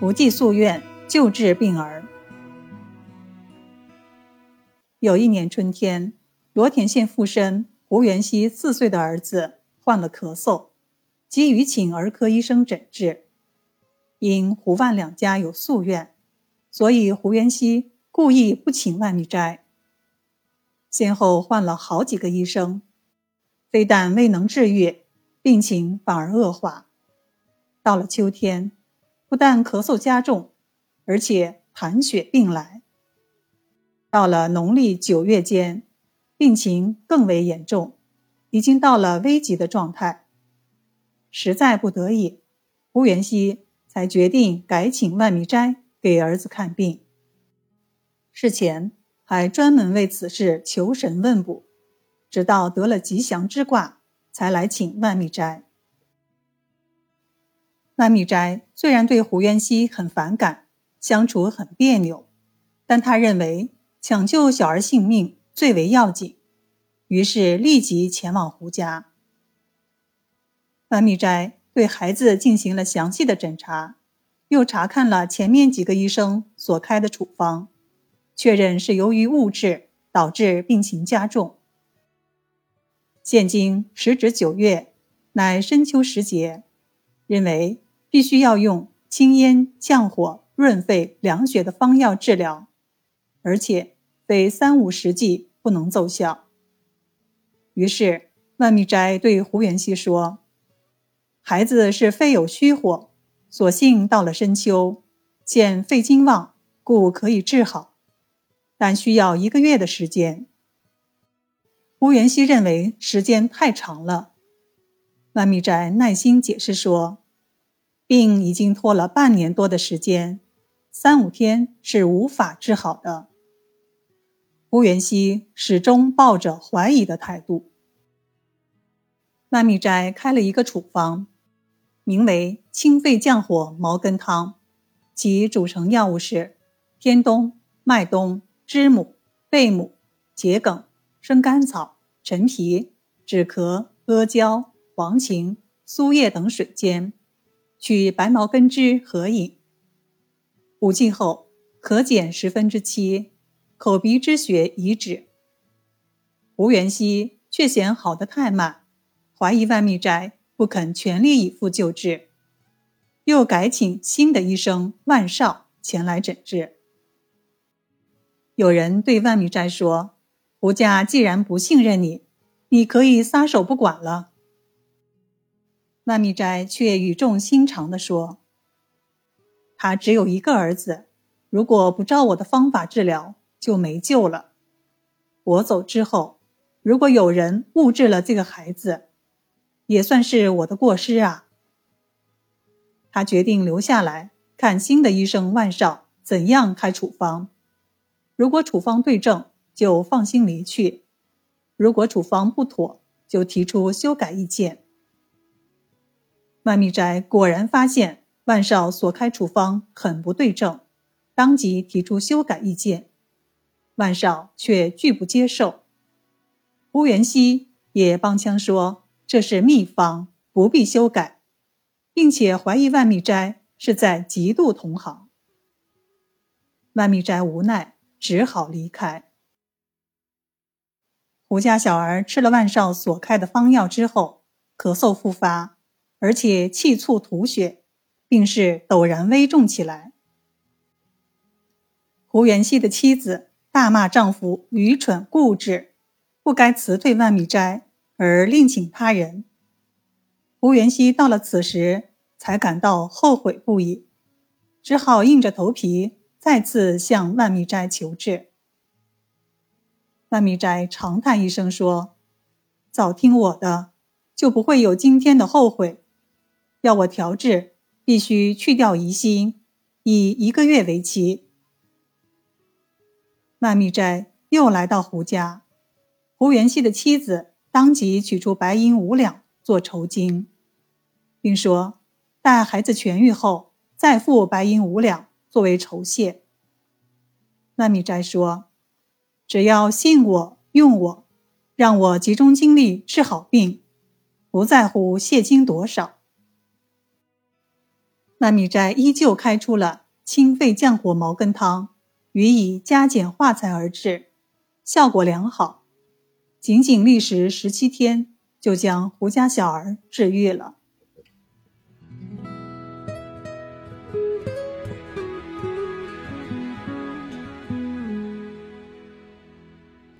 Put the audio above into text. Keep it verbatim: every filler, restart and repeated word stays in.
不计夙愿救治病儿。有一年春天，罗田县富绅胡元熙四岁的儿子患了咳嗽，急于请儿科医生诊治。因胡万两家有夙愿，所以胡元熙故意不请万密斋。先后换了好几个医生，非但未能治愈，病情反而恶化。到了秋天，不但咳嗽加重，而且痰血并来。到了农历九月间，病情更为严重，已经到了危急的状态。实在不得已，胡元熙才决定改请万密斋给儿子看病。事前还专门为此事求神问卜，直到得了吉祥之卦，才来请万密斋。万密斋虽然对胡元熙很反感，相处很别扭，但他认为抢救小儿性命最为要紧，于是立即前往胡家。万密斋对孩子进行了详细的诊查，又查看了前面几个医生所开的处方，确认是由于误治导致病情加重。现今时值九月，乃深秋时节，认为必须要用清咽、降火、润肺、凉血的方药治疗，而且非三五时剂不能奏效。于是万密斋对胡元熙说，孩子是肺有虚火，所幸到了深秋，现肺经旺，故可以治好，但需要一个月的时间。胡元熙认为时间太长了，万密斋耐心解释说，病已经拖了半年多的时间，三五天是无法治好的。胡元熙始终抱着怀疑的态度。万密斋开了一个处方，名为清肺降火茅根汤，其组成药物是天冬、麦冬、知母、贝母、桔梗、生甘草、陈皮、止咳、阿胶、黄芩、苏叶等水煎，取白茅根汁合饮。五剂后可减十分之七，口鼻之血已止。胡元熙却嫌好得太慢，怀疑万密斋不肯全力以赴救治，又改请新的医生万绍前来诊治。有人对万密斋说，胡家既然不信任你，你可以撒手不管了。万密斋却语重心长地说，他只有一个儿子，如果不照我的方法治疗，就没救了。我走之后，如果有人误治了这个孩子，也算是我的过失啊。他决定留下来看新的医生万绍怎样开处方，如果处方对症，就放心离去；如果处方不妥，就提出修改意见。万密斋果然发现万绍所开处方很不对症，当即提出修改意见，万绍却拒不接受。胡元熙也帮腔说这是秘方，不必修改，并且怀疑万密斋是在嫉妒同行。万密斋无奈，只好离开。胡家小儿吃了万绍所开的方药之后，咳嗽复发，而且气促吐血，病势陡然危重起来。胡元熙的妻子大骂丈夫愚蠢固执，不该辞退万密斋而另请他人。胡元熙到了此时才感到后悔不已，只好硬着头皮再次向万密斋求治。万密斋长叹一声说，早听我的，就不会有今天的后悔。要我调治，必须去掉疑心，以一个月为期。万密斋又来到胡家，胡元熙的妻子当即取出白银五两做酬金，并说待孩子痊愈后再付白银五两作为酬谢。万密斋说，只要信我用我，让我集中精力治好病，不在乎谢金多少。 那米斋依旧开出了清肺降火毛根汤，予以加减化裁而治，效果良好，仅仅历时十七天就将胡家小儿治愈了。